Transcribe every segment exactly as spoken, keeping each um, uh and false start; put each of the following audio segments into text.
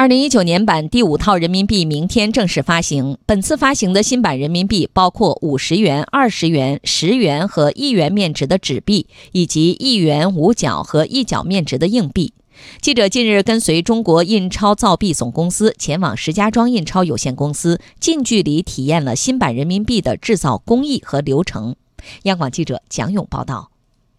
二零一九年版第五套人民币明天正式发行。本次发行的新版人民币包括五十元、二十元、十元和一元面值的纸币，以及一元、五角和一角面值的硬币。记者近日跟随中国印钞造币总公司前往石家庄印钞有限公司，近距离体验了新版人民币的制造工艺和流程。央广记者蒋勇报道。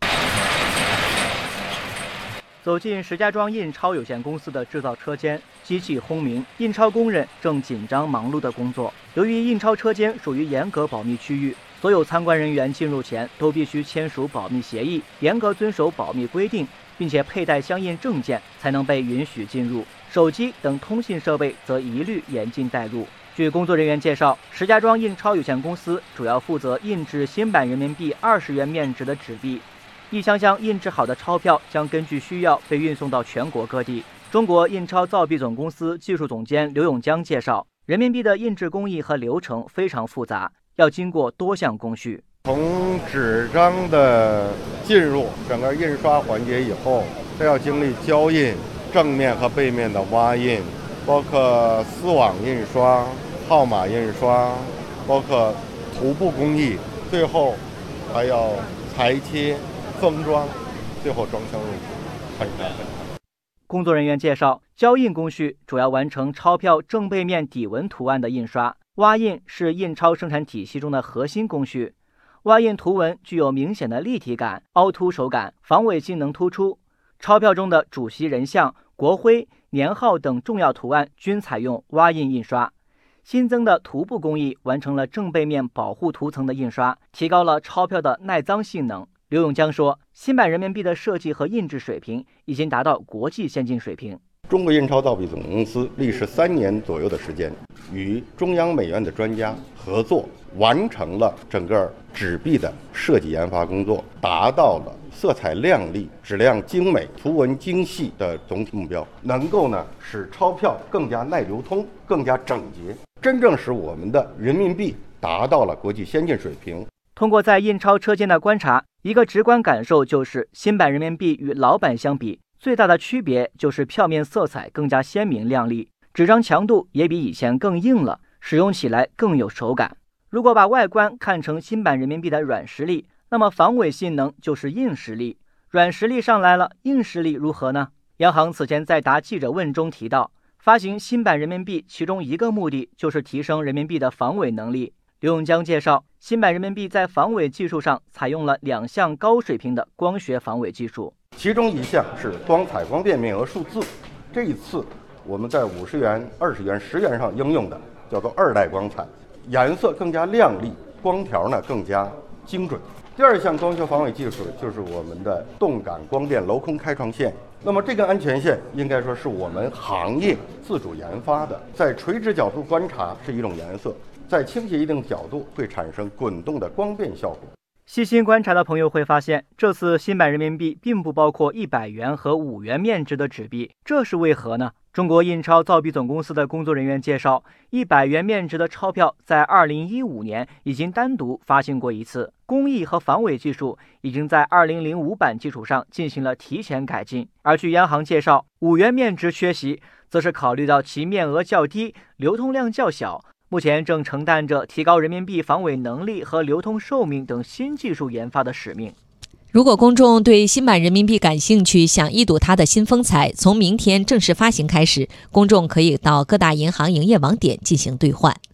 走进石家庄印钞有限公司的制造车间，机器轰鸣，印钞工人正紧张忙碌地工作。由于印钞车间属于严格保密区域，所有参观人员进入前都必须签署保密协议，严格遵守保密规定，并且佩戴相应证件才能被允许进入。手机等通信设备则一律严禁带入。据工作人员介绍，石家庄印钞有限公司主要负责印制新版人民币二十元面值的纸币。一箱箱印制好的钞票将根据需要被运送到全国各地。中国印钞造币总公司技术总监刘永江介绍，人民币的印制工艺和流程非常复杂，要经过多项工序。 从纸张的进入整个印刷环节以后，它要经历胶印、正面和背面的挖印，包括丝网印刷、号码印刷，包括涂布工艺，最后还要裁切、封装，最后装箱入纸，很长很长。 工作人员介绍，胶印工序主要完成钞票正背面底纹图案的印刷，挖印是印钞生产体系中的核心工序。挖印图文具有明显的立体感、凹凸手感，防伪性能突出。钞票中的主席人像、国徽、年号等重要图案均采用挖印印刷。新增的涂布工艺完成了正背面保护涂层的印刷，提高了钞票的耐脏性能。刘永江说，新版人民币的设计和印制水平已经达到国际先进水平。 中国印钞造币总公司历时三年左右的时间，与中央美院的专家合作，完成了整个纸币的设计研发工作，达到了色彩亮丽、质量精美、图文精细的总体目标，能够呢使钞票更加耐流通、更加整洁，真正使我们的人民币达到了国际先进水平。 通过在印钞车间的观察，一个直观感受就是新版人民币与老版相比，最大的区别就是票面色彩更加鲜明亮丽，纸张强度也比以前更硬了，使用起来更有手感。如果把外观看成新版人民币的软实力，那么防伪性能就是硬实力。软实力上来了，硬实力如何呢？央行此前在答记者问中提到，发行新版人民币其中一个目的就是提升人民币的防伪能力。刘永江介绍，新版人民币在防伪技术上采用了两项高水平的光学防伪技术， 其中一项是光彩光变面额数字，这一次我们在五十元、二十元、十元上应用的叫做二代光彩，颜色更加亮丽，光条呢更加精准。第二项光学防伪技术就是我们的动感光电镂空开创线。那么这根安全线应该说是我们行业自主研发的，在垂直角度观察是一种颜色，在倾斜一定角度会产生滚动的光变效果。 细心观察的朋友会发现，这次新版人民币并不包括一百元和五元面值的纸币，这是为何呢？中国印钞造币总公司的工作人员介绍，一百元面值的钞票在二零一五年已经单独发行过一次，工艺和防伪技术已经在二零零五版基础上进行了提前改进。而据央行介绍，五元面值缺席，则是考虑到其面额较低，流通量较小，目前正承担着提高人民币防伪能力和流通寿命等新技术研发的使命。 如果公众对新版人民币感兴趣，想一睹它的新风采，从明天正式发行开始，公众可以到各大银行营业网点进行兑换。